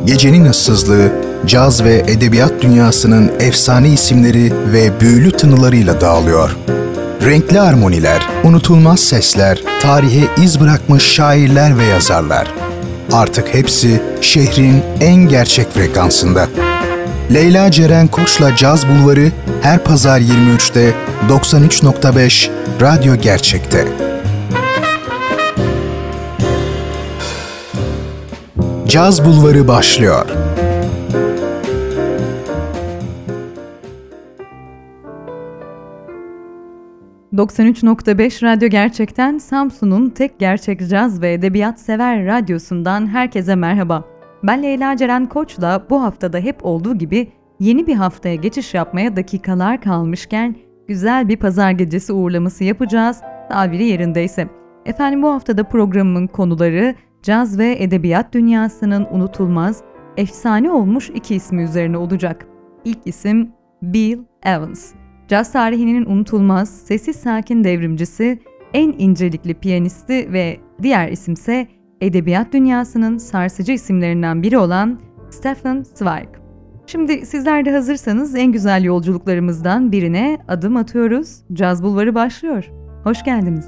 gecenin ıssızlığı, caz ve edebiyat dünyasının efsane isimleri ve büyülü tınılarıyla dağılıyor. Renkli armoniler, unutulmaz sesler, tarihe iz bırakmış şairler ve yazarlar. Artık hepsi şehrin en gerçek frekansında. Leyla Ceren Koç'la Caz Bulvarı her pazar 23'te 93.5 Radyo Gerçek'te. Caz Bulvarı başlıyor. ...93.5 Radyo Gerçek'ten Samsun'un tek gerçek caz ve edebiyat sever radyosundan herkese merhaba. Ben Leyla Ceren Koç'la bu haftada hep olduğu gibi yeni bir haftaya geçiş yapmaya dakikalar kalmışken güzel bir pazar gecesi uğurlaması yapacağız, tabiri yerindeyse. Efendim, bu haftada programımın konuları caz ve edebiyat dünyasının unutulmaz, efsane olmuş iki ismi üzerine olacak. İlk isim Bill Evans. Caz tarihinin unutulmaz, sessiz sakin devrimcisi, en incelikli piyanisti ve diğer isimse edebiyat dünyasının sarsıcı isimlerinden biri olan Stefan Zweig. Şimdi sizler de hazırsanız en güzel yolculuklarımızdan birine adım atıyoruz. Caz Bulvarı başlıyor. Hoş geldiniz.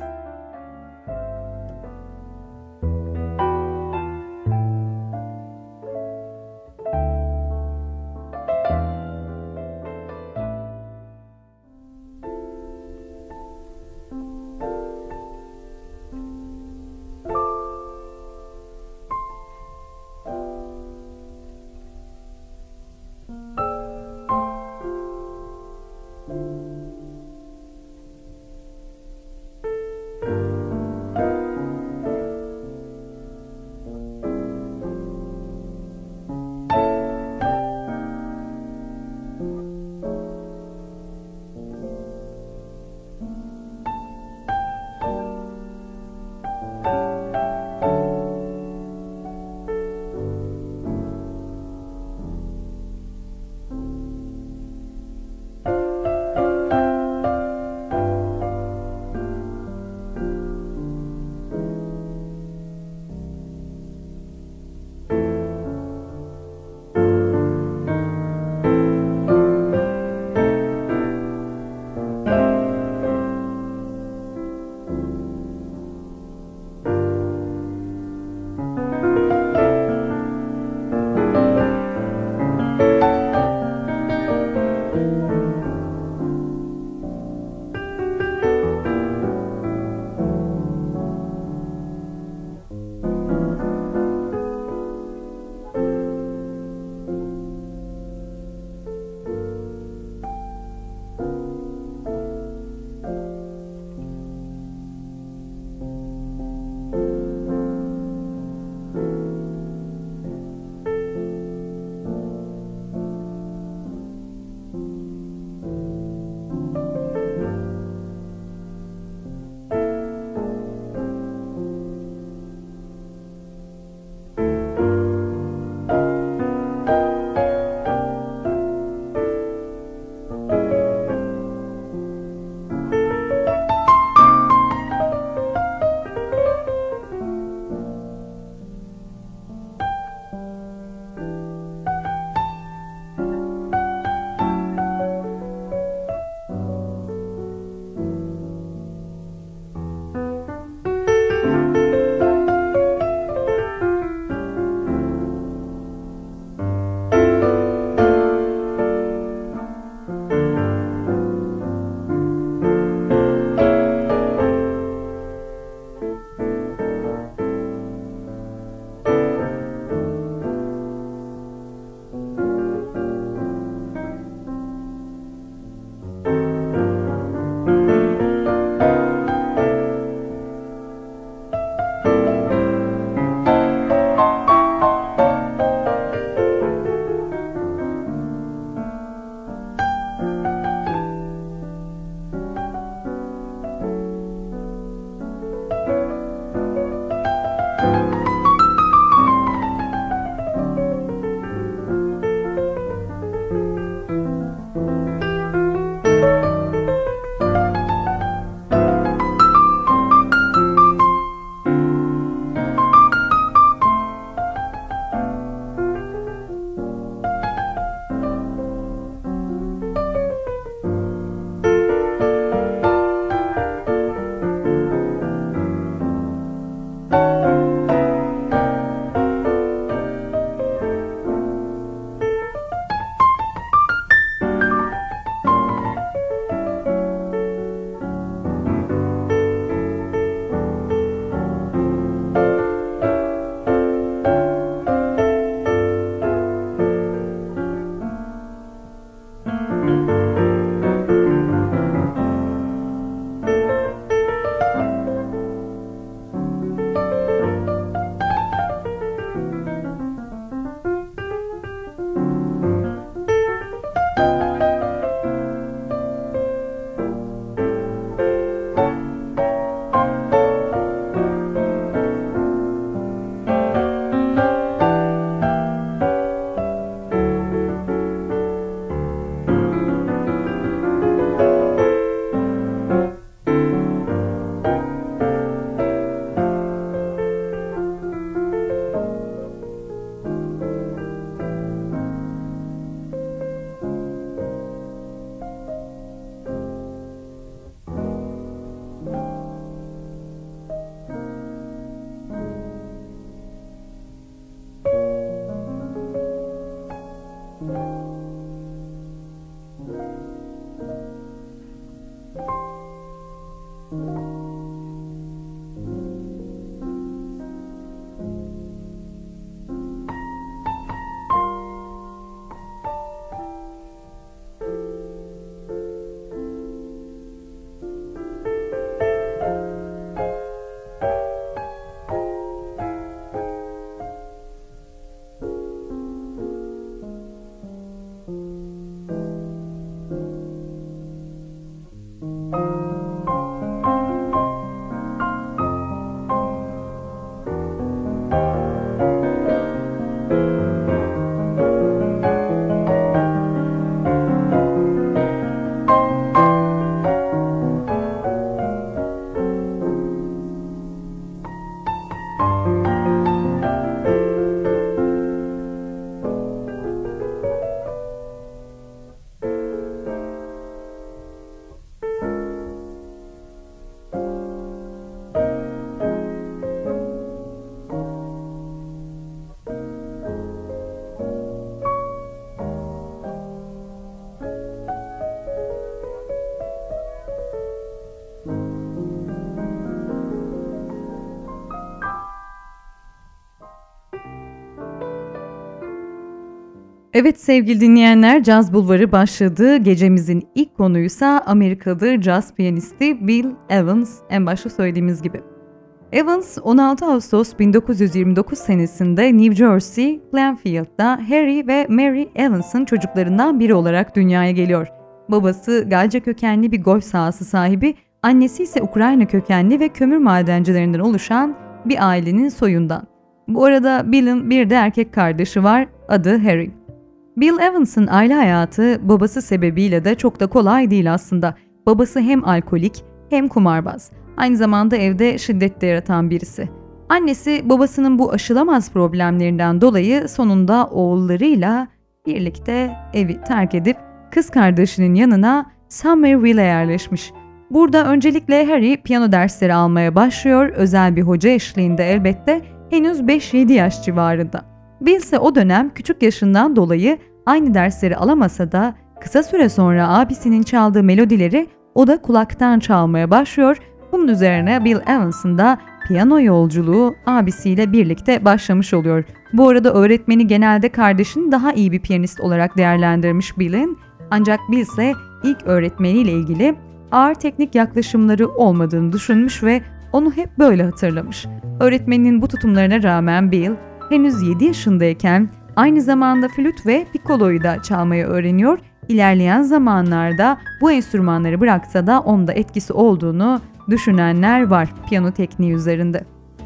Evet sevgili dinleyenler, Caz Bulvarı başladı. Gecemizin ilk konuysa Amerikalı caz piyanisti Bill Evans, en başta söylediğimiz gibi. Evans 16 Ağustos 1929 senesinde New Jersey, Plainfield'da Harry ve Mary Evans'ın çocuklarından biri olarak dünyaya geliyor. Babası Galce kökenli bir golf sahası sahibi, annesi ise Ukrayna kökenli ve kömür madencilerinden oluşan bir ailenin soyundan. Bu arada Bill'in bir de erkek kardeşi var, adı Harry. Bill Evans'ın aile hayatı babası sebebiyle de çok da kolay değil aslında. Babası hem alkolik hem kumarbaz. Aynı zamanda evde şiddet de yaratan birisi. Annesi babasının bu aşılamaz problemlerinden dolayı sonunda oğullarıyla birlikte evi terk edip kız kardeşinin yanına Somerville'e yerleşmiş. Burada öncelikle Harry piyano dersleri almaya başlıyor, özel bir hoca eşliğinde elbette, henüz 5-7 yaş civarında. Bill ise o dönem küçük yaşından dolayı aynı dersleri alamasa da kısa süre sonra abisinin çaldığı melodileri o da kulaktan çalmaya başlıyor. Bunun üzerine Bill Evans'ın da piyano yolculuğu abisiyle birlikte başlamış oluyor. Bu arada öğretmeni genelde kardeşini daha iyi bir piyanist olarak değerlendirmiş Bill'in. Ancak Bill ise ilk öğretmeniyle ilgili ağır teknik yaklaşımları olmadığını düşünmüş ve onu hep böyle hatırlamış. Öğretmeninin bu tutumlarına rağmen Bill henüz 7 yaşındayken aynı zamanda flüt ve piccolo'yu da çalmayı öğreniyor. İlerleyen zamanlarda bu enstrümanları bıraksa da onda etkisi olduğunu düşünenler var piyano tekniği üzerinde.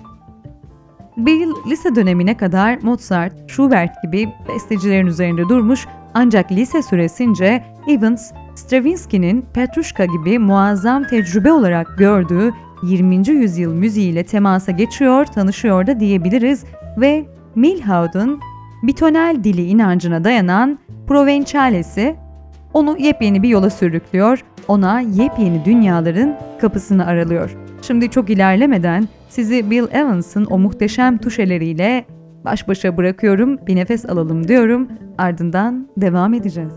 Bill lise dönemine kadar Mozart, Schubert gibi bestecilerin üzerinde durmuş, ancak lise süresince Evans, Stravinsky'nin Petrushka gibi muazzam tecrübe olarak gördüğü 20. yüzyıl müziğiyle temasa geçiyor, tanışıyor da diyebiliriz ve Milhaud'un bitonal dili inancına dayanan Provencales'i onu yepyeni bir yola sürüklüyor, ona yepyeni dünyaların kapısını aralıyor. Şimdi çok ilerlemeden sizi Bill Evans'ın o muhteşem tuşeleriyle baş başa bırakıyorum, bir nefes alalım diyorum, ardından devam edeceğiz.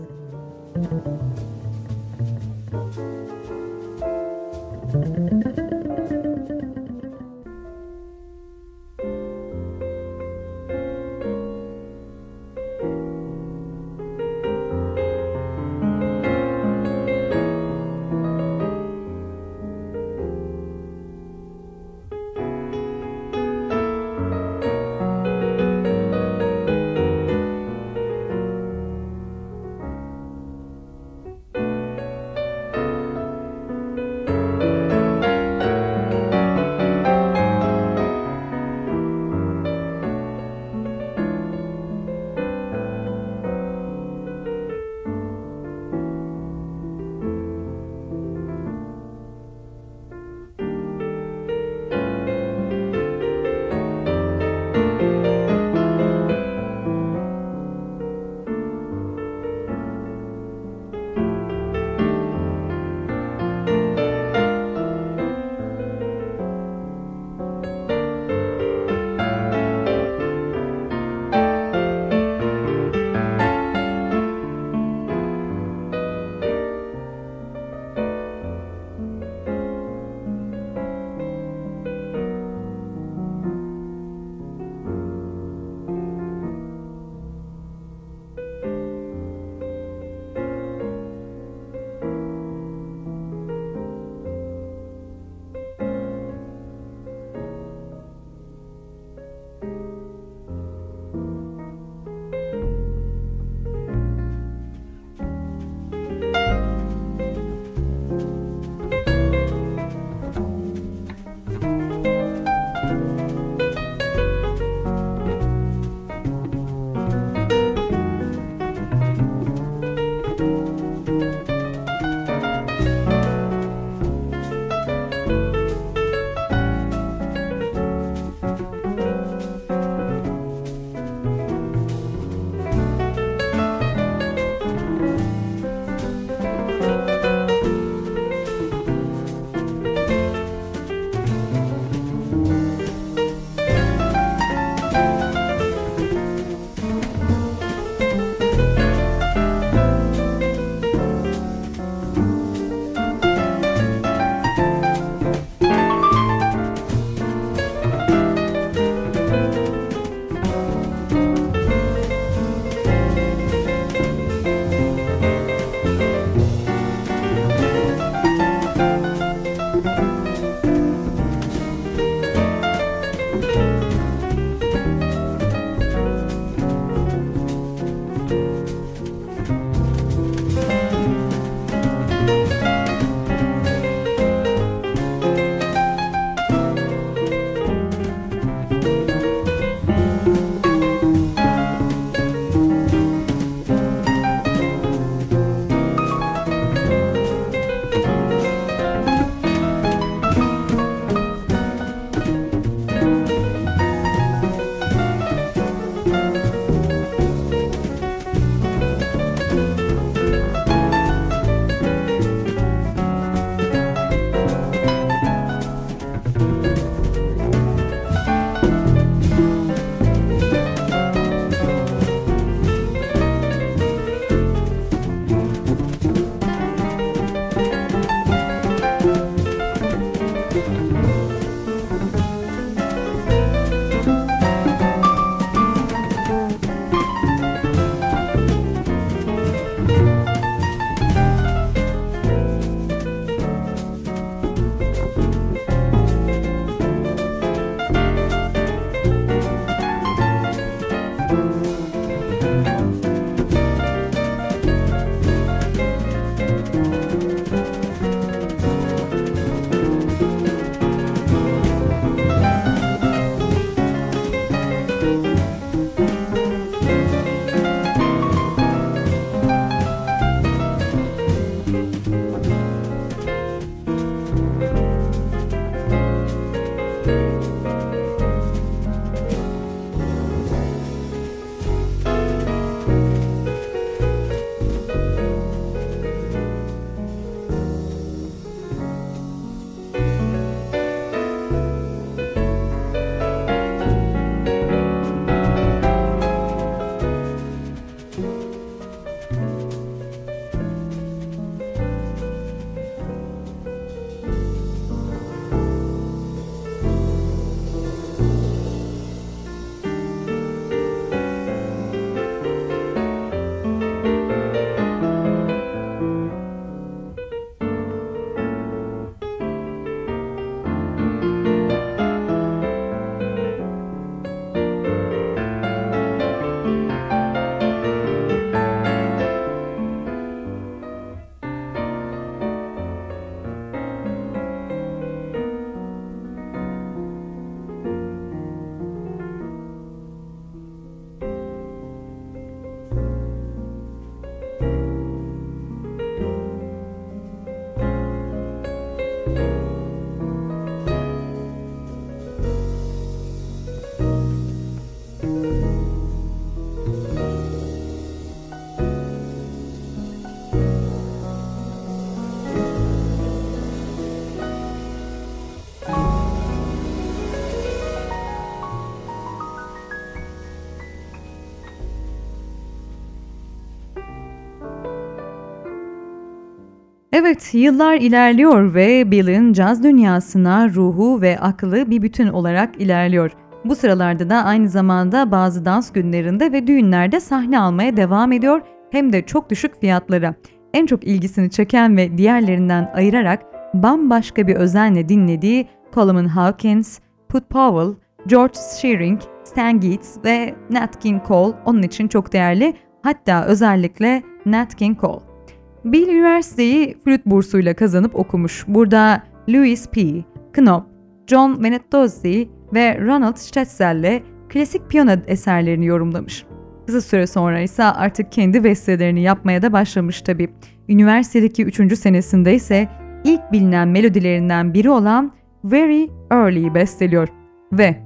Evet, yıllar ilerliyor ve Bill'in caz dünyasına ruhu ve aklı bir bütün olarak ilerliyor. Bu sıralarda da aynı zamanda bazı dans günlerinde ve düğünlerde sahne almaya devam ediyor, hem de çok düşük fiyatlara. En çok ilgisini çeken ve diğerlerinden ayırarak bambaşka bir özenle dinlediği Coleman Hawkins, Bud Powell, George Shearing, Stan Getz ve Nat King Cole onun için çok değerli, hatta özellikle Nat King Cole. Bill üniversiteyi flüt bursuyla kazanıp okumuş. Burada Louis P., Knopf, John Venantozzi ve Ronald Schetzel'le klasik piyano eserlerini yorumlamış. Kısa süre sonra ise artık kendi bestelerini yapmaya da başlamış tabii. Üniversitedeki 3. senesinde ise ilk bilinen melodilerinden biri olan Very Early'yi besteliyor. Ve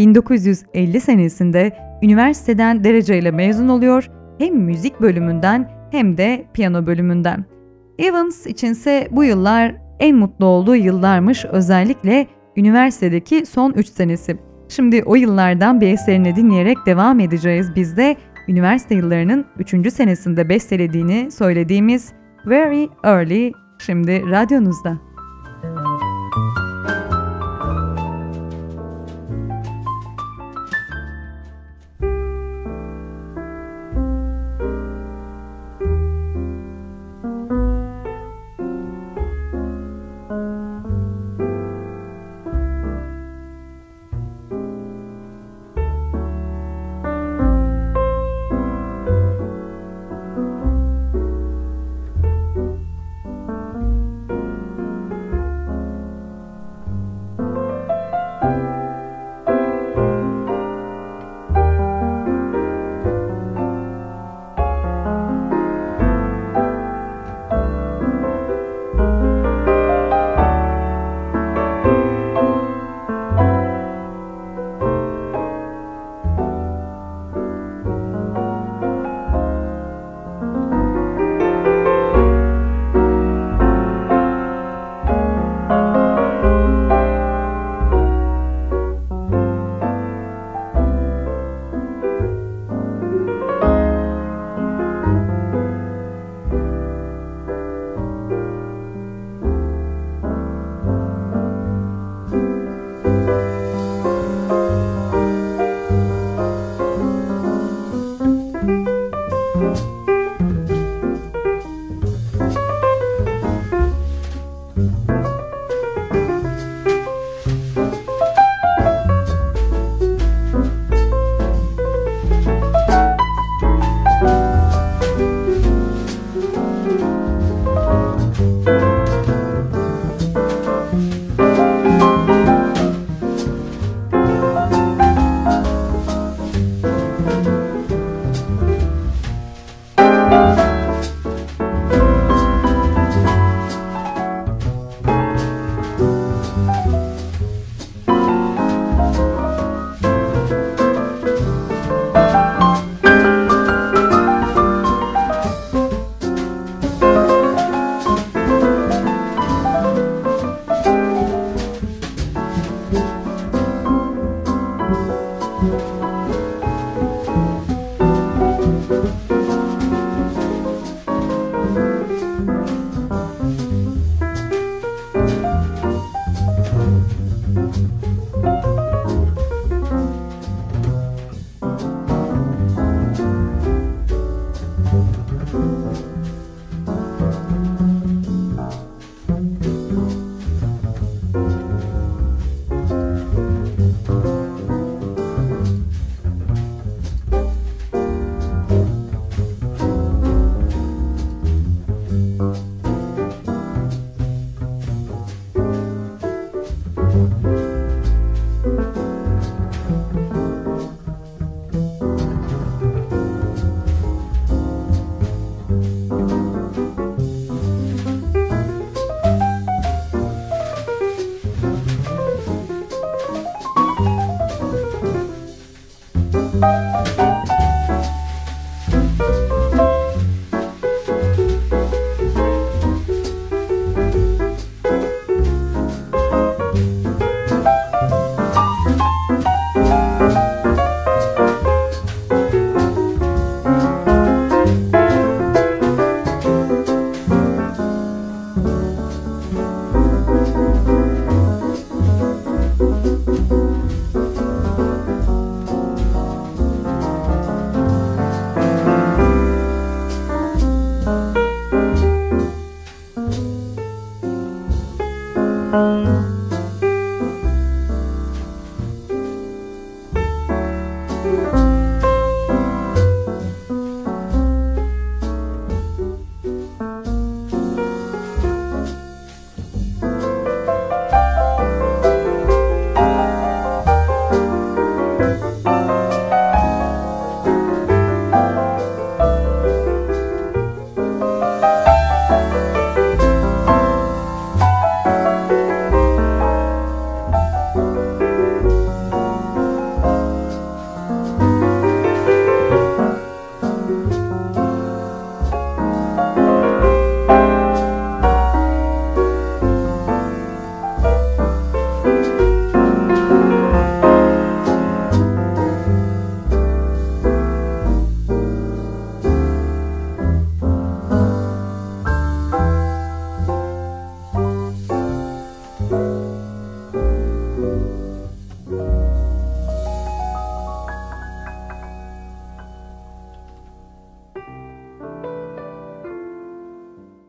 1950 senesinde üniversiteden dereceyle mezun oluyor, hem müzik bölümünden hem de piyano bölümünden. Evans içinse bu yıllar en mutlu olduğu yıllarmış, özellikle üniversitedeki son 3 senesi. Şimdi o yıllardan bir eserini dinleyerek devam edeceğiz biz de. Üniversite yıllarının 3. senesinde bestelediğini söylediğimiz Very Early şimdi radyonuzda.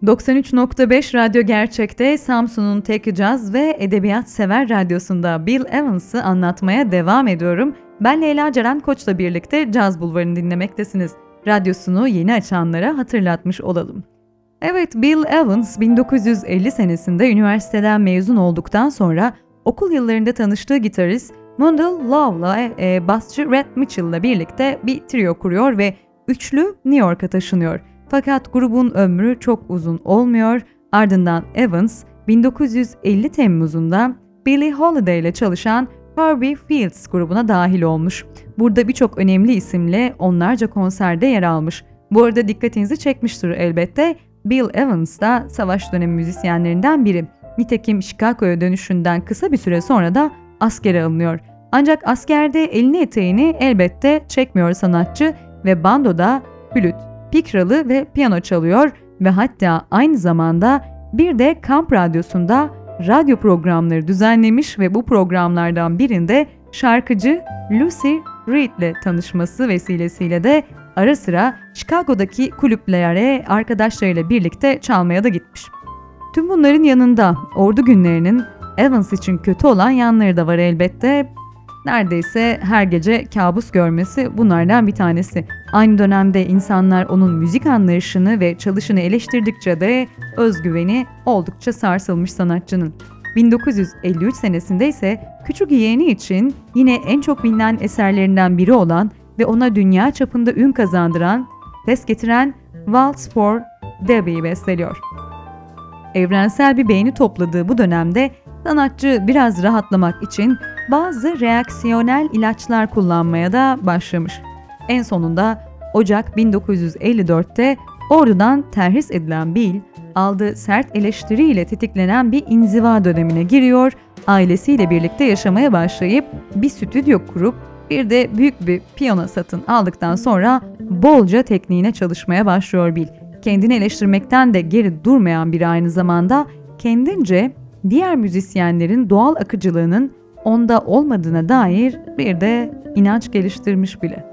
93.5 Radyo Gerçek'te Samsun'un tek caz ve edebiyat sever radyosunda Bill Evans'ı anlatmaya devam ediyorum. Ben Leyla Ceren Koç'la birlikte Caz Bulvarı'nı dinlemektesiniz. Radyosunu yeni açanlara hatırlatmış olalım. Evet, Bill Evans 1950 senesinde üniversiteden mezun olduktan sonra okul yıllarında tanıştığı gitarist Mundell Love'la basçı Red Mitchell'la birlikte bir trio kuruyor ve üçlü New York'a taşınıyor. Fakat grubun ömrü çok uzun olmuyor. Ardından Evans 1950 Temmuz'unda Billie Holiday ile çalışan Herbie Fields grubuna dahil olmuş. Burada birçok önemli isimle onlarca konserde yer almış. Bu arada dikkatinizi çekmiştir elbette. Bill Evans da savaş dönemi müzisyenlerinden biri. Nitekim Chicago'ya dönüşünden kısa bir süre sonra da askere alınıyor. Ancak askerde elini eteğini elbette çekmiyor sanatçı ve bandoda flüt, pikralı ve piyano çalıyor ve hatta aynı zamanda bir de kamp radyosunda radyo programları düzenlemiş ve bu programlardan birinde şarkıcı Lucy Reed ile tanışması vesilesiyle de ara sıra Chicago'daki kulüplere arkadaşlarıyla birlikte çalmaya da gitmiş. Tüm bunların yanında ordu günlerinin Evans için kötü olan yanları da var elbette. Neredeyse her gece kabus görmesi bunlardan bir tanesi. Aynı dönemde insanlar onun müzik anlayışını ve çalışını eleştirdikçe de özgüveni oldukça sarsılmış sanatçının. 1953 senesinde ise küçük yeğeni için yine en çok bilinen eserlerinden biri olan ve ona dünya çapında ün kazandıran, ses getiren Waltz for Debbie'yi besteliyor. Evrensel bir beğeni topladığı bu dönemde sanatçı biraz rahatlamak için bazı reaksiyonel ilaçlar kullanmaya da başlamış. En sonunda Ocak 1954'te ordudan terhis edilen Bill, aldığı sert eleştiriyle tetiklenen bir inziva dönemine giriyor, ailesiyle birlikte yaşamaya başlayıp bir stüdyo kurup bir de büyük bir piyano satın aldıktan sonra bolca tekniğine çalışmaya başlıyor Bill. Kendini eleştirmekten de geri durmayan biri aynı zamanda kendince diğer müzisyenlerin doğal akıcılığının onda olmadığına dair bir de inanç geliştirmiş bile.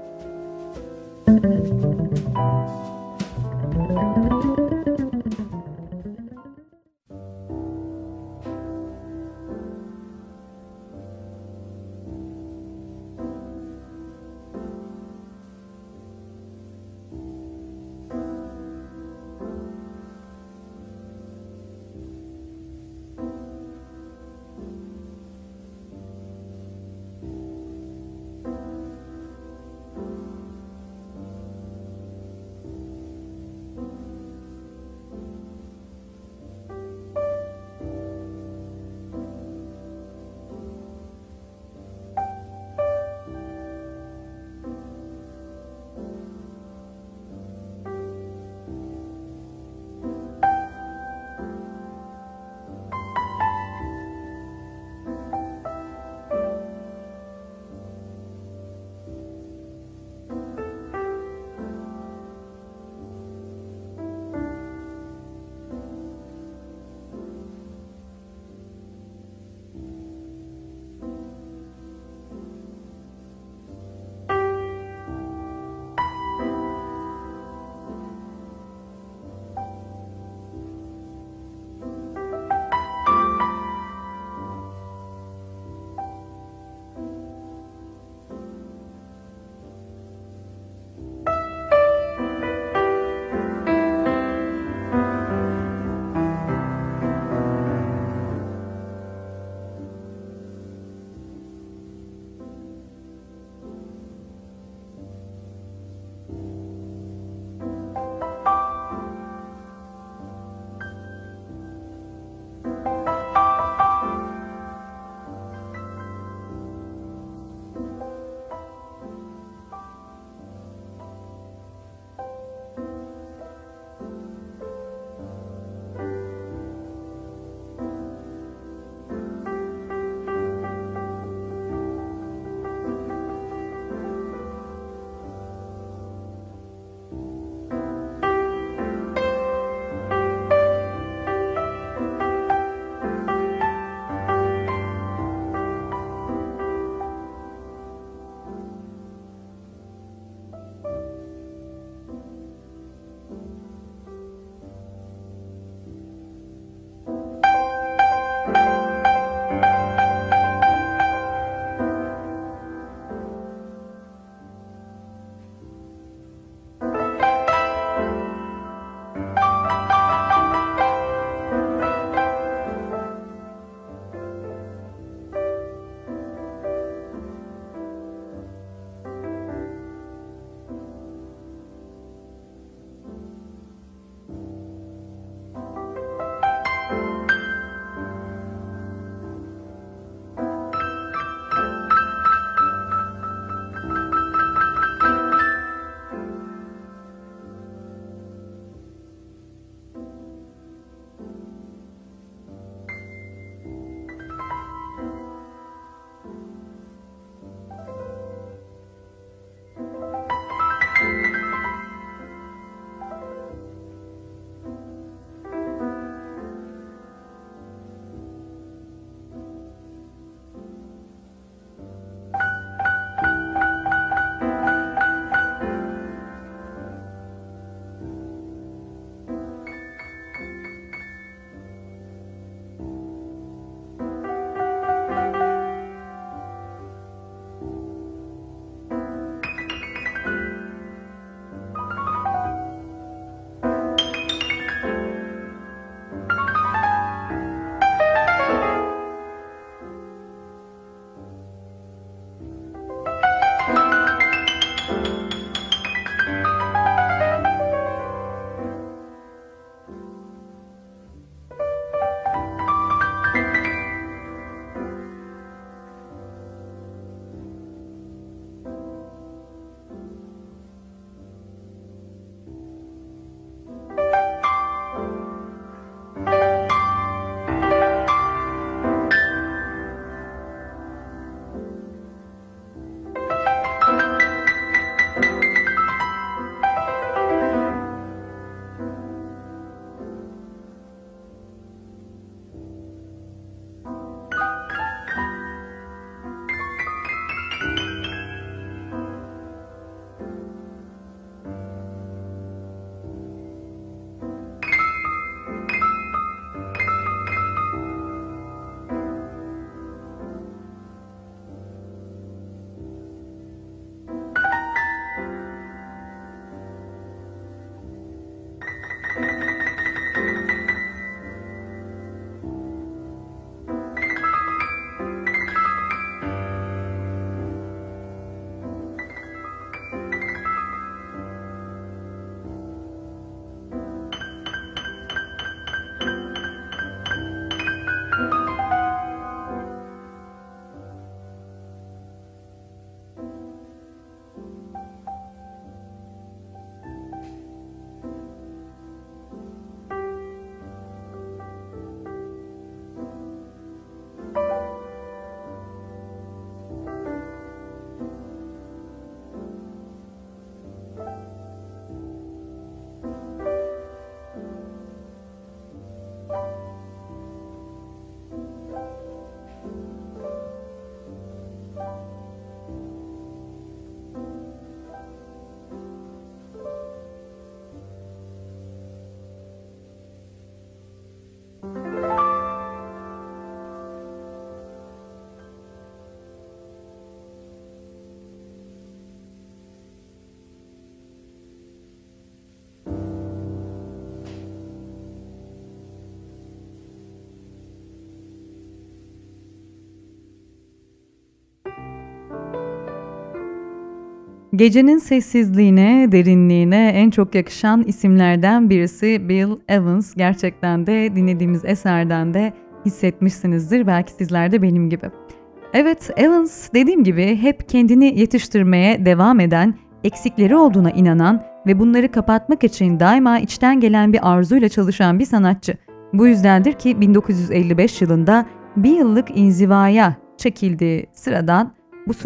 Gecenin sessizliğine, derinliğine en çok yakışan isimlerden birisi Bill Evans. Gerçekten de dinlediğimiz eserden de hissetmişsinizdir belki sizler de benim gibi. Evet, Evans dediğim gibi hep kendini yetiştirmeye devam eden, eksikleri olduğuna inanan ve bunları kapatmak için daima içten gelen bir arzuyla çalışan bir sanatçı. Bu yüzdendir ki 1955 yılında bir yıllık inzivaya çekildiği sıradan,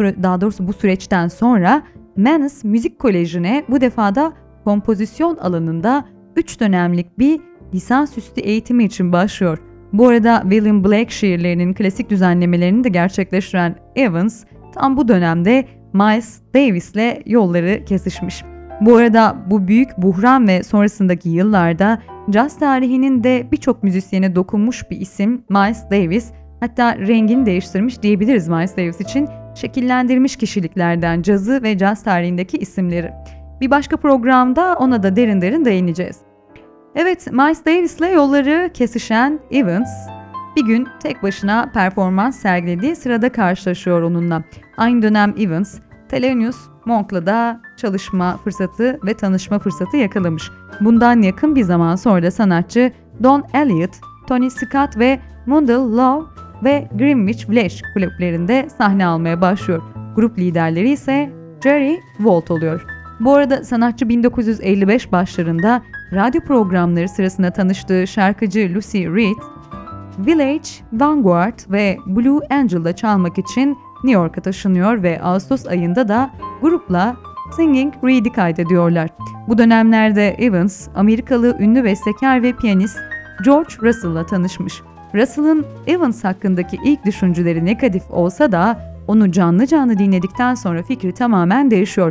bu süreçten sonra Mannes Müzik Koleji'ne bu defada kompozisyon alanında 3 dönemlik bir lisansüstü eğitimi için başlıyor. Bu arada William Blake şiirlerinin klasik düzenlemelerini de gerçekleştiren Evans tam bu dönemde Miles Davis'le yolları kesişmiş. Bu arada bu büyük buhran ve sonrasındaki yıllarda caz tarihinin de birçok müzisyene dokunmuş bir isim Miles Davis. Hatta rengini değiştirmiş diyebiliriz Miles Davis için. Şekillendirmiş kişiliklerden cazı ve caz tarihindeki isimleri. Bir başka programda ona da derin derin değineceğiz. Evet, Miles Davis'le yolları kesişen Evans bir gün tek başına performans sergilediği sırada karşılaşıyor onunla. Aynı dönem Evans, Thelonious Monk'la da çalışma fırsatı ve tanışma fırsatı yakalamış. Bundan yakın bir zaman sonra sanatçı Don Elliott, Tony Scott ve Mundell Love ve Greenwich Village kulüplerinde sahne almaya başlıyor. Grup liderleri ise Jerry Volt oluyor. Bu arada sanatçı 1955 başlarında radyo programları sırasında tanıştığı şarkıcı Lucy Reed, Village Vanguard ve Blue Angel'da çalmak için New York'a taşınıyor ve Ağustos ayında da grupla Singing Reed'i kaydediyorlar. Bu dönemlerde Evans, Amerikalı ünlü bestekar ve piyanist George Russell'la tanışmış. Russell'ın Evans hakkındaki ilk düşünceleri negatif olsa da onu canlı canlı dinledikten sonra fikri tamamen değişiyor.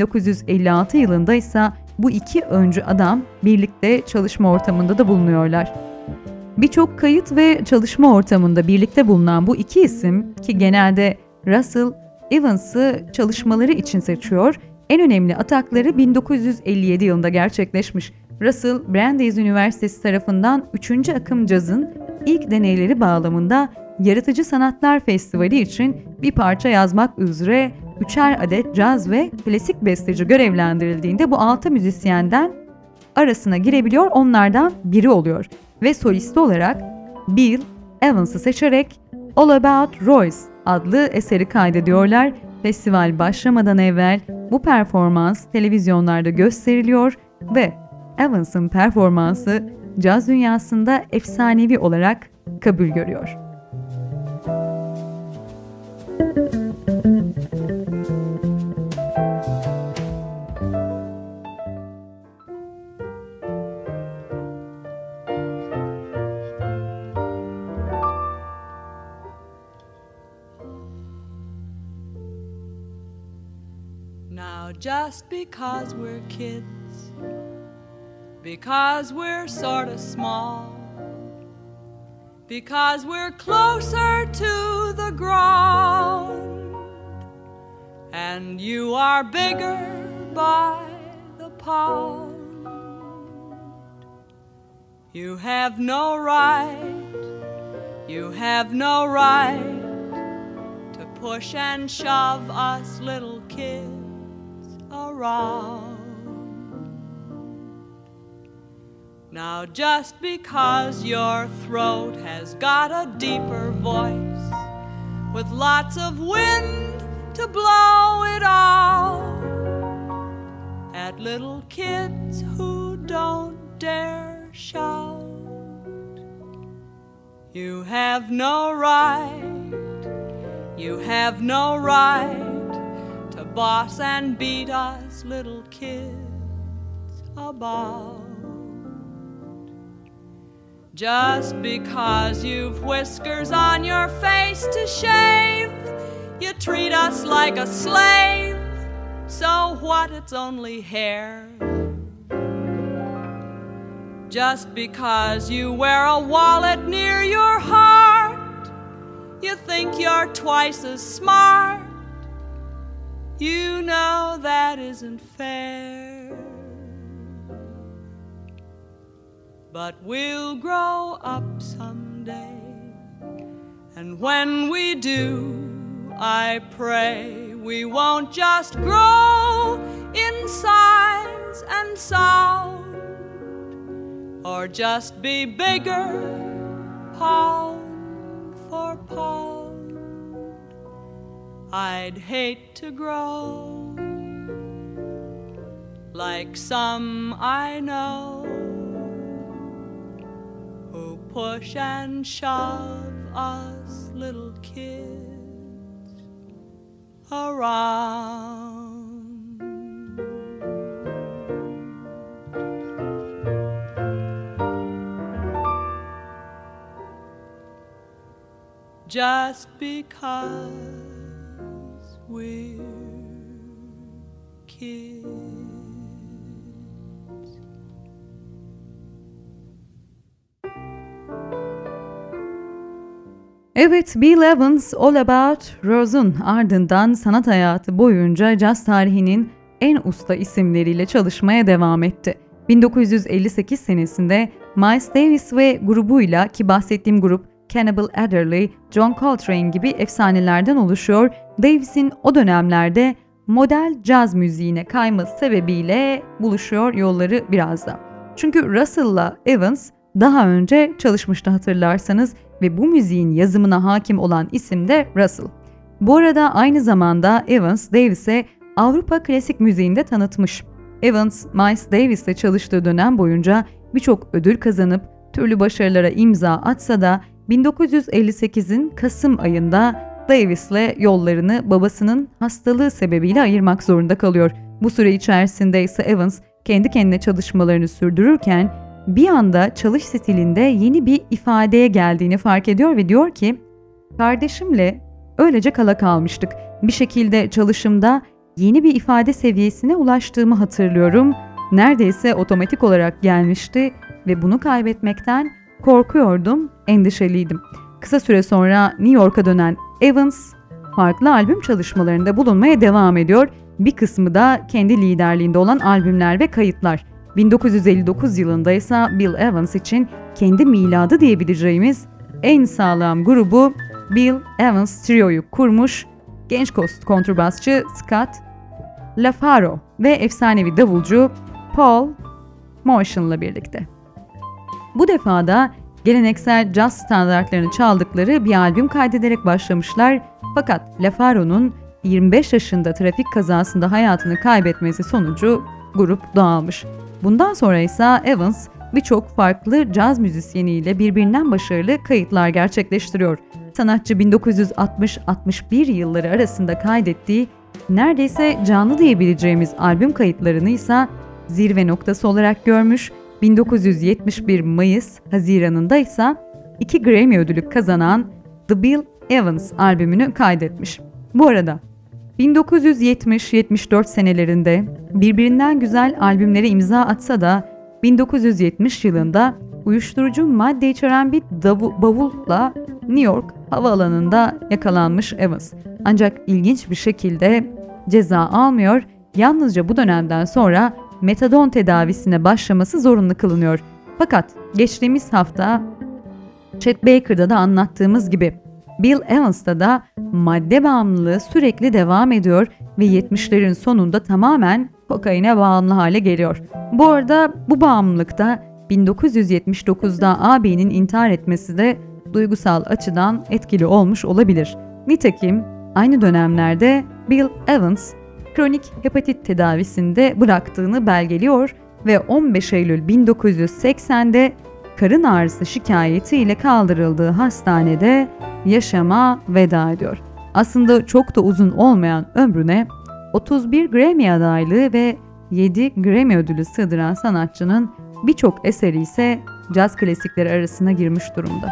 1956 yılında ise bu iki öncü adam birlikte çalışma ortamında da bulunuyorlar. Birçok kayıt ve çalışma ortamında birlikte bulunan bu iki isim ki genelde Russell Evans'ı çalışmaları için seçiyor, en önemli atakları 1957 yılında gerçekleşmiş. Russell, Brandeis Üniversitesi tarafından 3. akım cazın ilk deneyleri bağlamında Yaratıcı Sanatlar Festivali için bir parça yazmak üzere 3'er adet caz ve klasik besteci görevlendirildiğinde bu 6 müzisyenden arasına girebiliyor, onlardan biri oluyor. Ve solisti olarak Bill Evans'ı seçerek All About Royce adlı eseri kaydediyorlar. Festival başlamadan evvel bu performans televizyonlarda gösteriliyor ve Evans'ın performansı caz dünyasında efsanevi olarak kabul görüyor. Now just because we're kids, because we're sort of small, because we're closer to the ground, and you are bigger by the pound, you have no right to push and shove us little kids around. Now just because your throat has got a deeper voice with lots of wind to blow it out at little kids who don't dare shout, you have no right to boss and beat us little kids about. Just because you've whiskers on your face to shave, you treat us like a slave. So what, it's only hair. Just because you wear a wallet near your heart, you think you're twice as smart. You know that isn't fair. But we'll grow up someday, and when we do, I pray we won't just grow size and sound, or just be bigger pound for pound. I'd hate to grow like some I know who push and shove us little kids around. Just because we're kids. Evet, Bill Evans All About Rose'un ardından sanat hayatı boyunca caz tarihinin en usta isimleriyle çalışmaya devam etti. 1958 senesinde Miles Davis ve grubuyla, ki bahsettiğim grup Cannibal Adderley, John Coltrane gibi efsanelerden oluşuyor, Davis'in o dönemlerde model caz müziğine kayması sebebiyle buluşuyor yolları biraz da. Çünkü Russell'la Evans daha önce çalışmıştı hatırlarsanız ve bu müziğin yazımına hakim olan isim de Russell. Bu arada aynı zamanda Evans, Davis'e Avrupa klasik müziğinde tanıtmış. Evans, Miles Davis'le çalıştığı dönem boyunca birçok ödül kazanıp türlü başarılara imza atsa da 1958'in Kasım ayında Davis'le yollarını babasının hastalığı sebebiyle ayırmak zorunda kalıyor. Bu süre içerisinde ise Evans kendi kendine çalışmalarını sürdürürken bir anda çalış stilinde yeni bir ifadeye geldiğini fark ediyor ve diyor ki, kardeşimle öylece kala kalmıştık. Bir şekilde çalışımda yeni bir ifade seviyesine ulaştığımı hatırlıyorum. Neredeyse otomatik olarak gelmişti ve bunu kaybetmekten korkuyordum, endişeliydim. Kısa süre sonra New York'a dönen Evans, farklı albüm çalışmalarında bulunmaya devam ediyor. Bir kısmı da kendi liderliğinde olan albümler ve kayıtlar. 1959 yılında ise Bill Evans için kendi miladı diyebileceğimiz en sağlam grubu Bill Evans Trio'yu kurmuş. Genç kontrbasçı Scott LaFaro ve efsanevi davulcu Paul Motian'la birlikte. Bu defa da geleneksel caz standartlarını çaldıkları bir albüm kaydederek başlamışlar. Fakat LaFaro'nun 25 yaşında trafik kazasında hayatını kaybetmesi sonucu grup dağılmış. Bundan sonra ise Evans birçok farklı caz müzisyeniyle birbirinden başarılı kayıtlar gerçekleştiriyor. Sanatçı 1960-61 yılları arasında kaydettiği neredeyse canlı diyebileceğimiz albüm kayıtlarını ise zirve noktası olarak görmüş. 1971 Mayıs-Haziran'ında ise 2 Grammy ödülü kazanan The Bill Evans albümünü kaydetmiş. Bu arada 1970-74 senelerinde birbirinden güzel albümlere imza atsa da 1970 yılında uyuşturucu madde içeren bir bavulla New York havaalanında yakalanmış Evans. Ancak ilginç bir şekilde ceza almıyor, yalnızca bu dönemden sonra metadon tedavisine başlaması zorunlu kılınıyor. Fakat geçtiğimiz hafta Chet Baker'da da anlattığımız gibi Bill Evans'ta da madde bağımlılığı sürekli devam ediyor ve 70'lerin sonunda tamamen kokaine bağımlı hale geliyor. Bu arada bu bağımlılıkta 1979'da ağabeyinin intihar etmesi de duygusal açıdan etkili olmuş olabilir. Nitekim aynı dönemlerde Bill Evans kronik hepatit tedavisinde bıraktığını belgeliyor ve 15 Eylül 1980'de karın ağrısı şikayetiyle kaldırıldığı hastanede yaşama veda ediyor. Aslında çok da uzun olmayan ömrüne 31 Grammy adaylığı ve 7 Grammy ödülü sığdıran sanatçının birçok eseri ise caz klasikleri arasına girmiş durumda.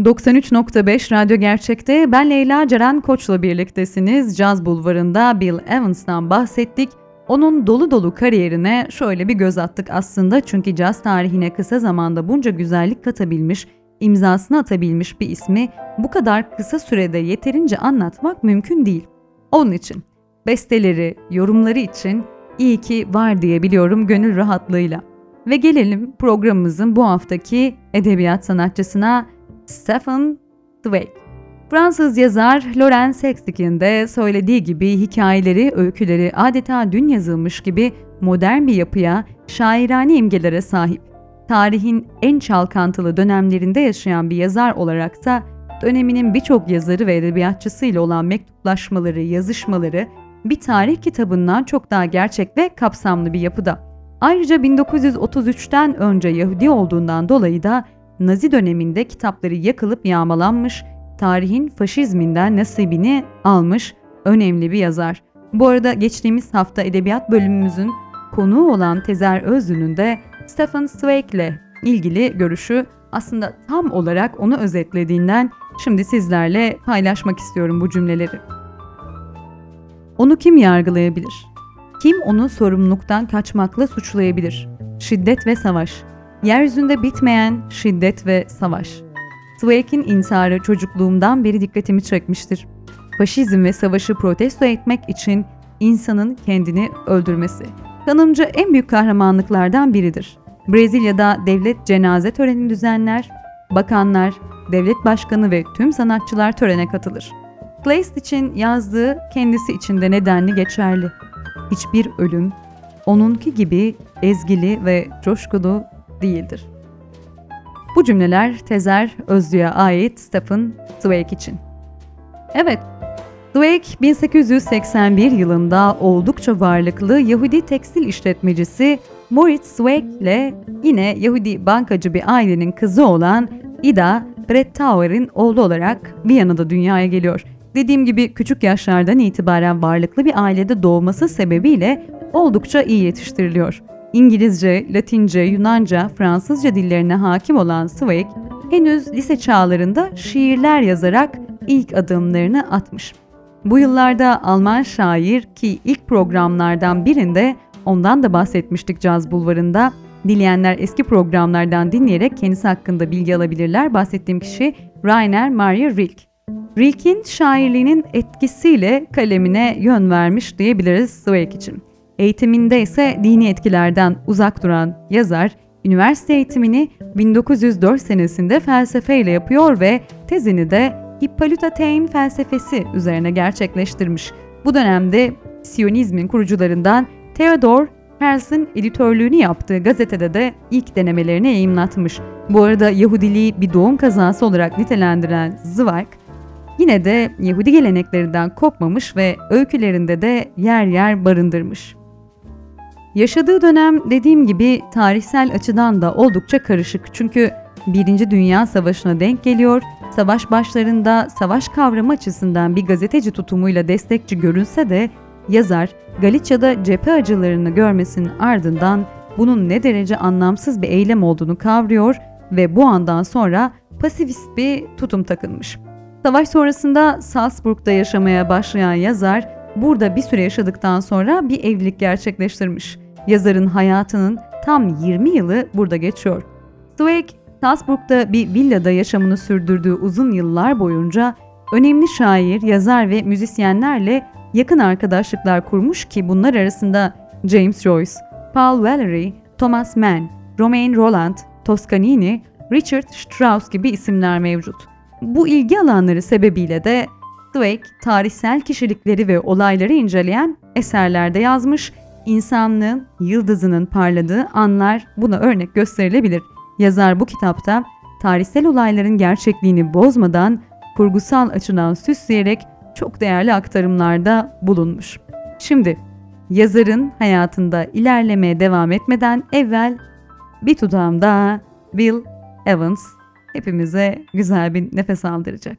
93.5 Radyo Gerçek'te ben Leyla Ceren Koç'la birliktesiniz. Caz Bulvarı'nda Bill Evans'tan bahsettik. Onun dolu dolu kariyerine şöyle bir göz attık aslında. Çünkü caz tarihine kısa zamanda bunca güzellik katabilmiş, imzasını atabilmiş bir ismi bu kadar kısa sürede yeterince anlatmak mümkün değil. Onun için besteleri, yorumları için iyi ki var diyebiliyorum gönül rahatlığıyla. Ve gelelim programımızın bu haftaki edebiyat sanatçısına, Stephen Zweig. Fransız yazar Laurent Sextic'in de söylediği gibi hikayeleri, öyküleri adeta dün yazılmış gibi modern bir yapıya, şairane imgelere sahip. Tarihin en çalkantılı dönemlerinde yaşayan bir yazar olaraksa döneminin birçok yazarı ve edebiyatçısıyla olan mektuplaşmaları, yazışmaları bir tarih kitabından çok daha gerçek ve kapsamlı bir yapıda. Ayrıca 1933'ten önce Yahudi olduğundan dolayı da Nazi döneminde kitapları yakılıp yağmalanmış, tarihin faşizminden nasibini almış önemli bir yazar. Bu arada geçtiğimiz hafta edebiyat bölümümüzün konuğu olan Tezer Özlü'nün de Stephen Zweig'le ilgili görüşü aslında tam olarak onu özetlediğinden şimdi sizlerle paylaşmak istiyorum bu cümleleri. Onu kim yargılayabilir? Kim onu sorumluluktan kaçmakla suçlayabilir? Şiddet ve savaş. Yeryüzünde bitmeyen şiddet ve savaş. Zweig'in intiharı çocukluğumdan beri dikkatimi çekmiştir. Faşizm ve savaşı protesto etmek için insanın kendini öldürmesi. Kanımca en büyük kahramanlıklardan biridir. Brezilya'da devlet cenaze töreni düzenler, bakanlar, devlet başkanı ve tüm sanatçılar törene katılır. Kleist için yazdığı kendisi için de nedenli geçerli. Hiçbir ölüm onunki gibi ezgili ve coşkulu değildir. Bu cümleler Tezer Özlü'ye ait Stephen Zweig için. Evet, Zweig 1881 yılında oldukça varlıklı Yahudi tekstil işletmecisi Moritz Zweig ile yine Yahudi bankacı bir ailenin kızı olan Ida Brettauer'in oğlu olarak Viyana'da dünyaya geliyor. Dediğim gibi küçük yaşlardan itibaren varlıklı bir ailede doğması sebebiyle oldukça iyi yetiştiriliyor. İngilizce, Latince, Yunanca, Fransızca dillerine hakim olan Zweig, henüz lise çağlarında şiirler yazarak ilk adımlarını atmış. Bu yıllarda Alman şair ki ilk programlardan birinde ondan da bahsetmiştik Caz Bulvarı'nda. Dileyenler eski programlardan dinleyerek kendisi hakkında bilgi alabilirler. Bahsettiğim kişi Rainer Maria Rilke. Rilke'in şairliğinin etkisiyle kalemine yön vermiş diyebiliriz Zweig için. Eğitiminde ise dini etkilerden uzak duran yazar, üniversite eğitimini 1904 senesinde felsefeyle yapıyor ve tezini de Hippolytatein felsefesi üzerine gerçekleştirmiş. Bu dönemde Siyonizmin kurucularından Theodor Herzl'in editörlüğünü yaptığı gazetede de ilk denemelerini yayımlatmış. Bu arada Yahudiliği bir doğum kazası olarak nitelendiren Zweig, yine de Yahudi geleneklerinden kopmamış ve öykülerinde de yer yer barındırmış. Yaşadığı dönem dediğim gibi tarihsel açıdan da oldukça karışık çünkü 1. Dünya Savaşı'na denk geliyor. Savaş başlarında savaş kavramı açısından bir gazeteci tutumuyla destekçi görünse de yazar Galicia'da cephe acılarını görmesinin ardından bunun ne derece anlamsız bir eylem olduğunu kavruyor ve bu andan sonra pasifist bir tutum takınmış. Savaş sonrasında Salzburg'da yaşamaya başlayan yazar burada bir süre yaşadıktan sonra bir evlilik gerçekleştirmiş. Yazarın hayatının tam 20 yılı burada geçiyor. Zweig, Salzburg'da bir villada yaşamını sürdürdüğü uzun yıllar boyunca önemli şair, yazar ve müzisyenlerle yakın arkadaşlıklar kurmuş ki bunlar arasında James Joyce, Paul Valery, Thomas Mann, Romain Rolland, Toscanini, Richard Strauss gibi isimler mevcut. Bu ilgi alanları sebebiyle de Zweig tarihsel kişilikleri ve olayları inceleyen eserlerde yazmış, insanlığın yıldızının parladığı anlar buna örnek gösterilebilir. Yazar bu kitapta tarihsel olayların gerçekliğini bozmadan kurgusal açıdan süsleyerek çok değerli aktarımlarda bulunmuş. Şimdi yazarın hayatında ilerlemeye devam etmeden evvel bir tutam daha Bill Evans hepimize güzel bir nefes aldıracak.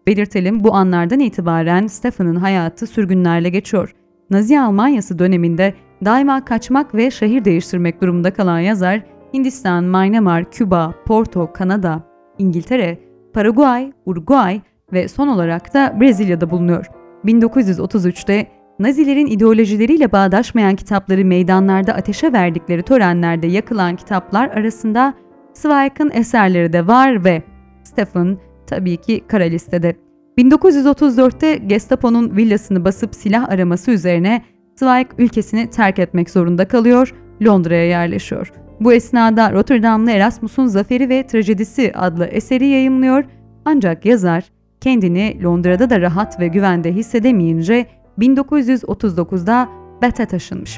Belirtelim, bu anlardan itibaren Stefan'ın hayatı sürgünlerle geçiyor. Nazi Almanyası döneminde daima kaçmak ve şehir değiştirmek durumunda kalan yazar, Hindistan, Myanmar, Küba, Porto, Kanada, İngiltere, Paraguay, Uruguay ve son olarak da Brezilya'da bulunuyor. 1933'te Nazilerin ideolojileriyle bağdaşmayan kitapları meydanlarda ateşe verdikleri törenlerde yakılan kitaplar arasında Zweig'ın eserleri de var ve Stefan tabii ki kara listede. 1934'te Gestapo'nun villasını basıp silah araması üzerine Zweig ülkesini terk etmek zorunda kalıyor, Londra'ya yerleşiyor. Bu esnada Rotterdamlı Erasmus'un Zaferi ve Trajedisi adlı eseri yayımlıyor, ancak yazar kendini Londra'da da rahat ve güvende hissedemeyince 1939'da Bath'e taşınmış.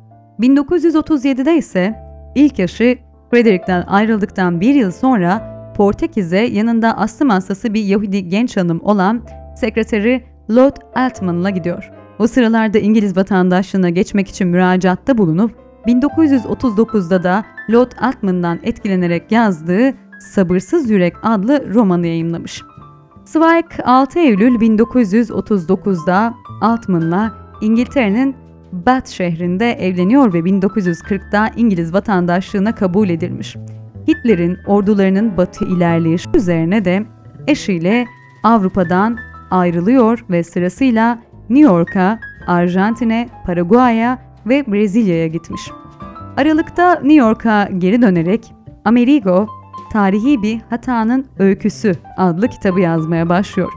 1937'de ise ilk eşi Frederick'ten ayrıldıktan bir yıl sonra Portekiz'e yanında astım hastası bir Yahudi genç hanım olan sekreteri Lord Altman'la gidiyor. O sıralarda İngiliz vatandaşlığına geçmek için müracaatta bulunup 1939'da da Lord Altman'dan etkilenerek yazdığı Sabırsız Yürek adlı romanı yayımlamış. Zweig 6 Eylül 1939'da Altman'la İngiltere'nin Bath şehrinde evleniyor ve 1940'da İngiliz vatandaşlığına kabul edilmiş. Hitler'in ordularının batı ilerleyişi üzerine de eşiyle Avrupa'dan ayrılıyor ve sırasıyla New York'a, Arjantin'e, Paraguay'a ve Brezilya'ya gitmiş. Aralık'ta New York'a geri dönerek Amerigo, Tarihi Bir Hatanın Öyküsü adlı kitabı yazmaya başlıyor.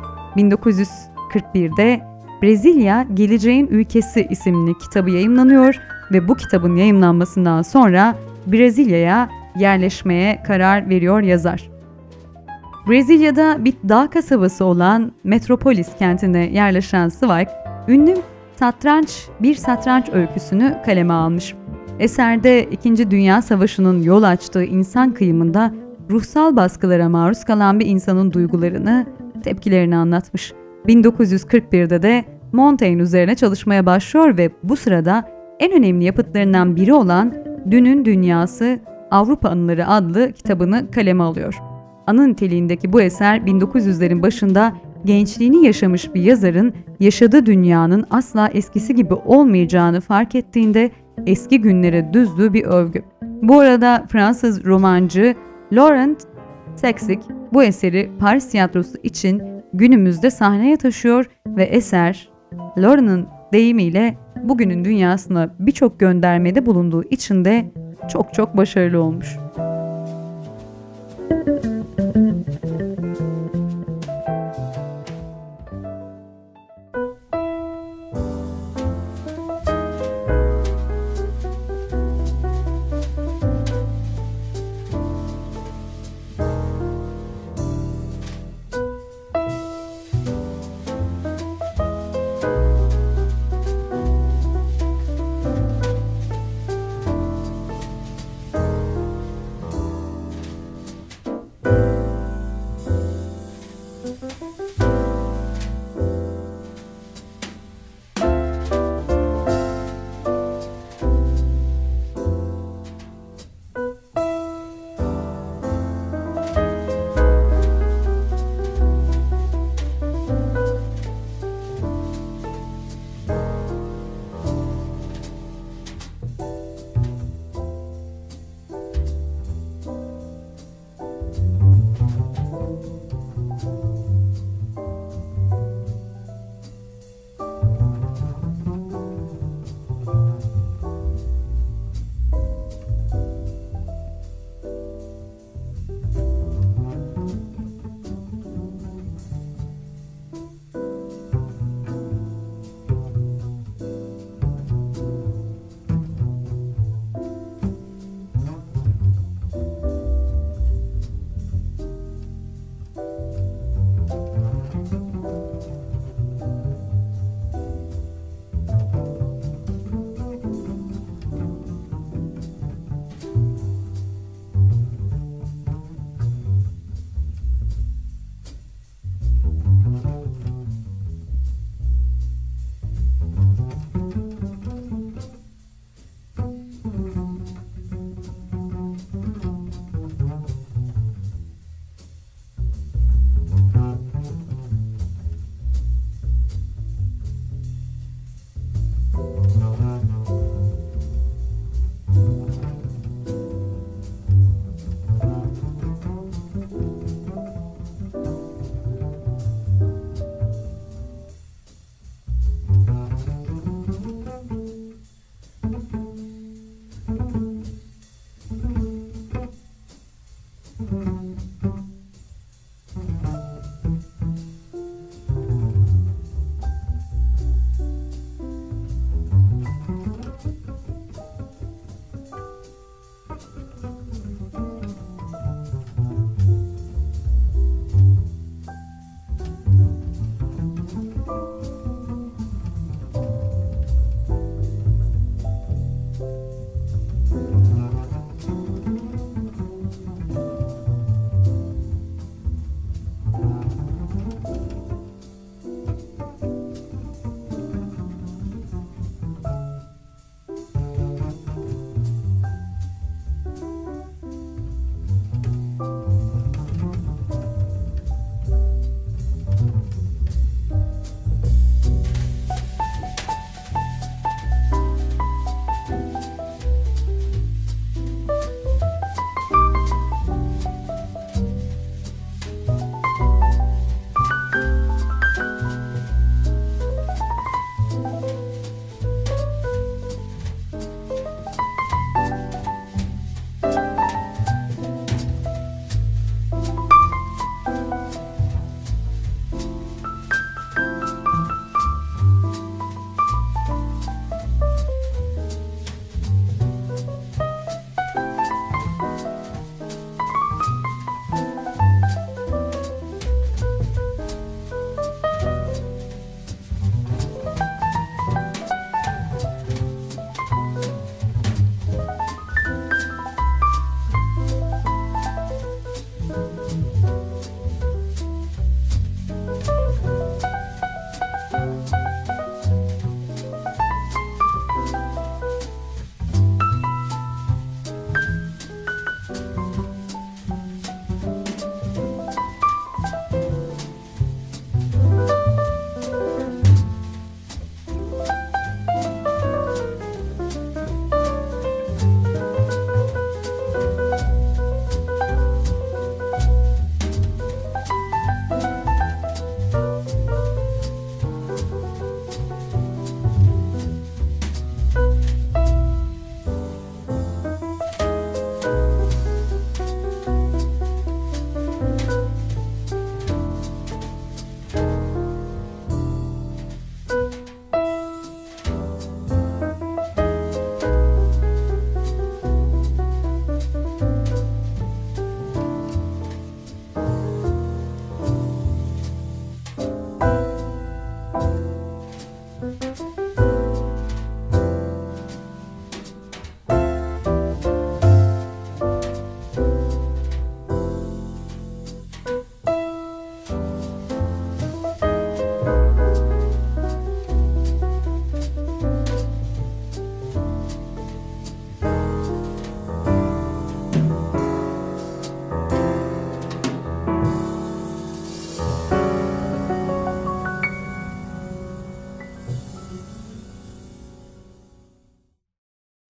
1941'de Brezilya Geleceğin Ülkesi isimli kitabı yayımlanıyor ve bu kitabın yayımlanmasından sonra Brezilya'ya yerleşmeye karar veriyor yazar. Brezilya'da bir dağ kasabası olan Metropolis kentine yerleşen Zweig, ünlü Bir Satranç Öyküsünü kaleme almış. Eserde 2. Dünya Savaşı'nın yol açtığı insan kıyımında ruhsal baskılara maruz kalan bir insanın duygularını, tepkilerini anlatmış. 1941'de de Montaigne üzerine çalışmaya başlıyor ve bu sırada en önemli yapıtlarından biri olan Dünün Dünyası, Avrupa Anıları adlı kitabını kaleme alıyor. Anı niteliğindeki bu eser 1900'lerin başında gençliğini yaşamış bir yazarın yaşadığı dünyanın asla eskisi gibi olmayacağını fark ettiğinde eski günlere düzdüğü bir övgü. Bu arada Fransız romancı Laurent Sexic bu eseri Paris Tiyatrosu için günümüzde sahneye taşıyor ve eser Laurent'ın deyimiyle bugünün dünyasına birçok göndermede bulunduğu için de çok başarılı olmuş.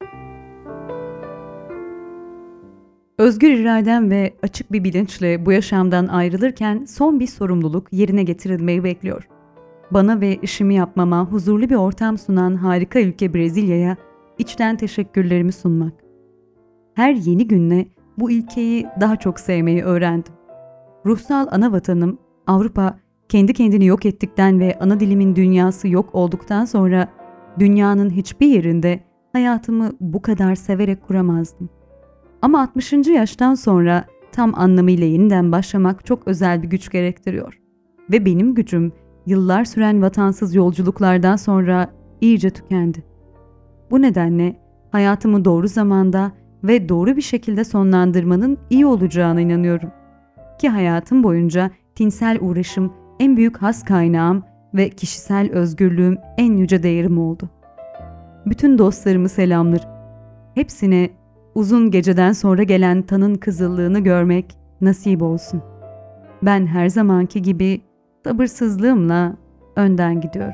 Özgür iradem ve açık bir bilinçle bu yaşamdan ayrılırken son bir sorumluluk yerine getirilmeyi bekliyor. Bana ve işimi yapmama huzurlu bir ortam sunan harika ülke Brezilya'ya içten teşekkürlerimi sunmak. Her yeni günle bu ülkeyi daha çok sevmeyi öğrendim. Ruhsal ana vatanım Avrupa kendi kendini yok ettikten ve ana dilimin dünyası yok olduktan sonra dünyanın hiçbir yerinde hayatımı bu kadar severek kuramazdım. Ama 60. yaştan sonra tam anlamıyla yeniden başlamak çok özel bir güç gerektiriyor. Ve benim gücüm yıllar süren vatansız yolculuklardan sonra iyice tükendi. Bu nedenle hayatımı doğru zamanda ve doğru bir şekilde sonlandırmanın iyi olacağına inanıyorum. Ki hayatım boyunca tinsel uğraşım en büyük haz kaynağım ve kişisel özgürlüğüm en yüce değerim oldu. Bütün dostlarımı selamlarım. Hepsine uzun geceden sonra gelen tanın kızıllığını görmek nasip olsun. Ben her zamanki gibi sabırsızlığımla önden gidiyorum.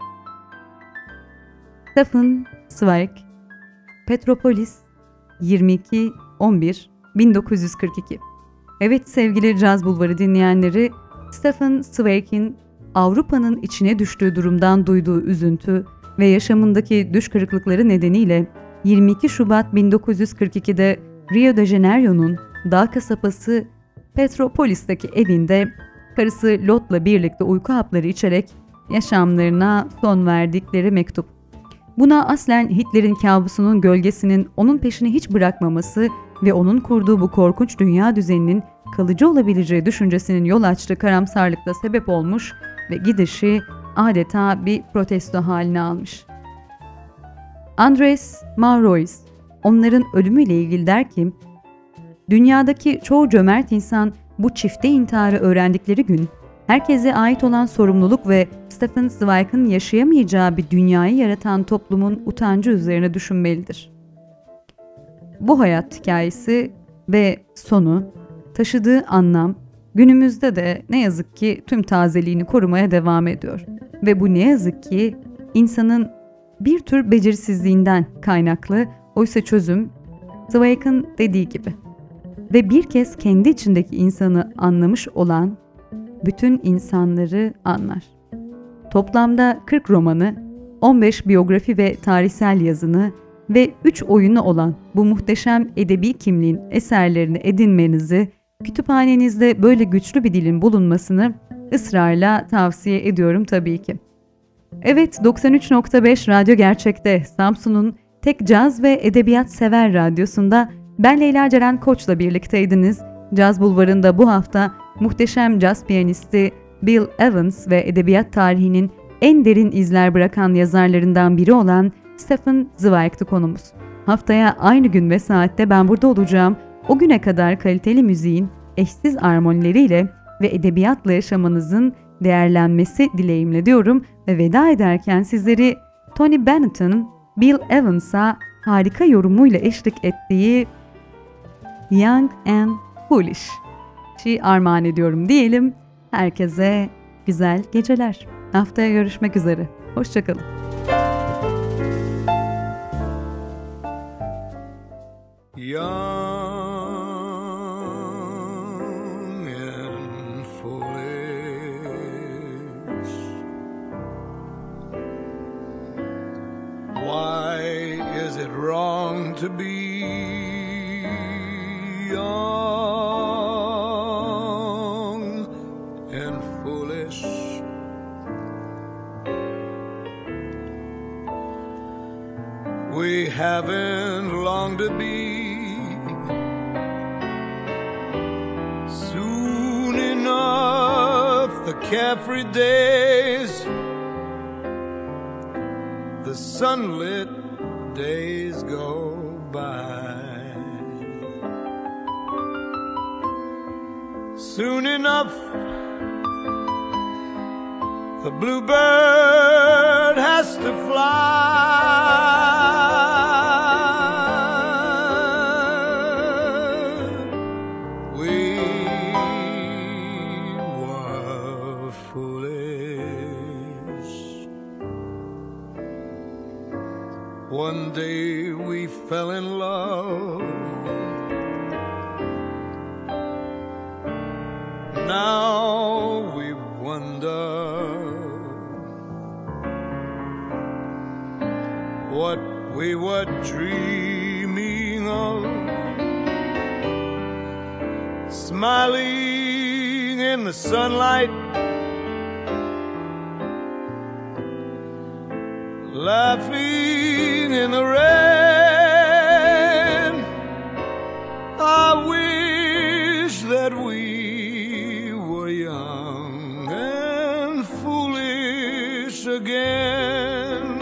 Stefan Zweig, Petropolis, 22-11-1942. Evet sevgili Caz Bulvarı dinleyenleri, Stefan Zweig'in Avrupa'nın içine düştüğü durumdan duyduğu üzüntü ve yaşamındaki düş kırıklıkları nedeniyle 22 Şubat 1942'de Rio de Janeiro'nun dağ kasabası Petropolis'teki evinde karısı Lot'la birlikte uyku hapları içerek yaşamlarına son verdikleri mektup. Buna aslen Hitler'in kabusunun gölgesinin onun peşini hiç bırakmaması ve onun kurduğu bu korkunç dünya düzeninin kalıcı olabileceği düşüncesinin yol açtığı karamsarlıkla sebep olmuş ve gidişi adeta bir protesto haline almış. Andres Maurois, onların ölümüyle ilgili der ki, dünyadaki çoğu cömert insan bu çifte intiharı öğrendikleri gün, herkese ait olan sorumluluk ve Stefan Zweig'in yaşayamayacağı bir dünyayı yaratan toplumun utancı üzerine düşünmelidir. Bu hayat hikayesi ve sonu, taşıdığı anlam, günümüzde de ne yazık ki tüm tazeliğini korumaya devam ediyor. Ve bu ne yazık ki insanın bir tür becerisizliğinden kaynaklı, oysa çözüm Zweig'in dediği gibi. Ve bir kez kendi içindeki insanı anlamış olan bütün insanları anlar. Toplamda 40 romanı, 15 biyografi ve tarihsel yazını ve 3 oyunu olan bu muhteşem edebi kimliğin eserlerini edinmenizi, kütüphanenizde böyle güçlü bir dilin bulunmasını ısrarla tavsiye ediyorum tabii ki. Evet, 93.5 Radyo Gerçek'te Samsun'un tek caz ve edebiyat sever radyosunda ben Leyla Ceren Koç'la birlikteydiniz. Caz Bulvarı'nda bu hafta muhteşem caz piyanisti Bill Evans ve edebiyat tarihinin en derin izler bırakan yazarlarından biri olan Stefan Zweig'ti konumuz. Haftaya aynı gün ve saatte ben burada olacağım. O güne kadar kaliteli müziğin eşsiz armonileriyle ve edebiyatla yaşamanızın değerlenmesi dileğimle diyorum ve veda ederken sizleri Tony Bennett'ın Bill Evans'a harika yorumuyla eşlik ettiği Young and Foolish'i armağan ediyorum diyelim. Herkese güzel geceler. Haftaya görüşmek üzere. Hoşçakalın. Young and foolish, why is it wrong to be young and foolish? We haven't long to be. Soon enough, the carefree days, the sunlit days go by. Soon enough, the bluebird has to fly. We were foolish one day we fell in love. Now we wonder what we were dreaming of, smiling in the sunlight, laughing in the rain. I wish that we were young and foolish again.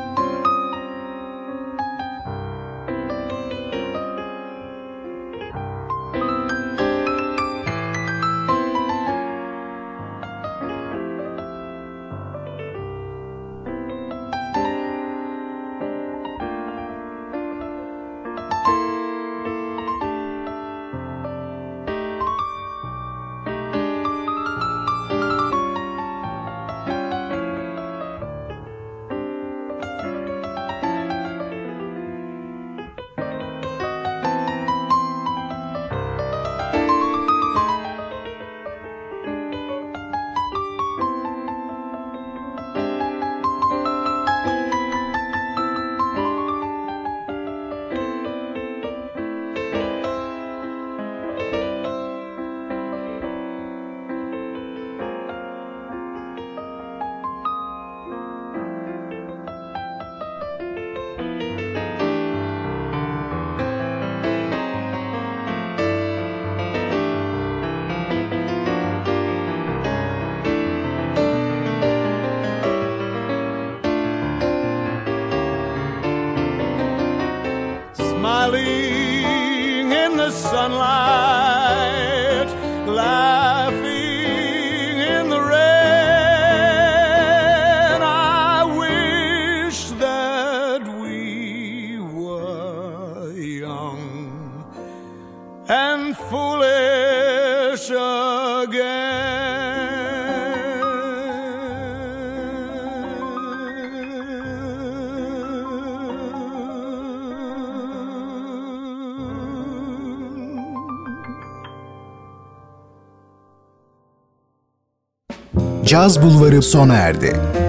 Smiling in the sunlight, laughing in the rain. I wish that we were young and foolish again. Caz Bulvarı sona erdi.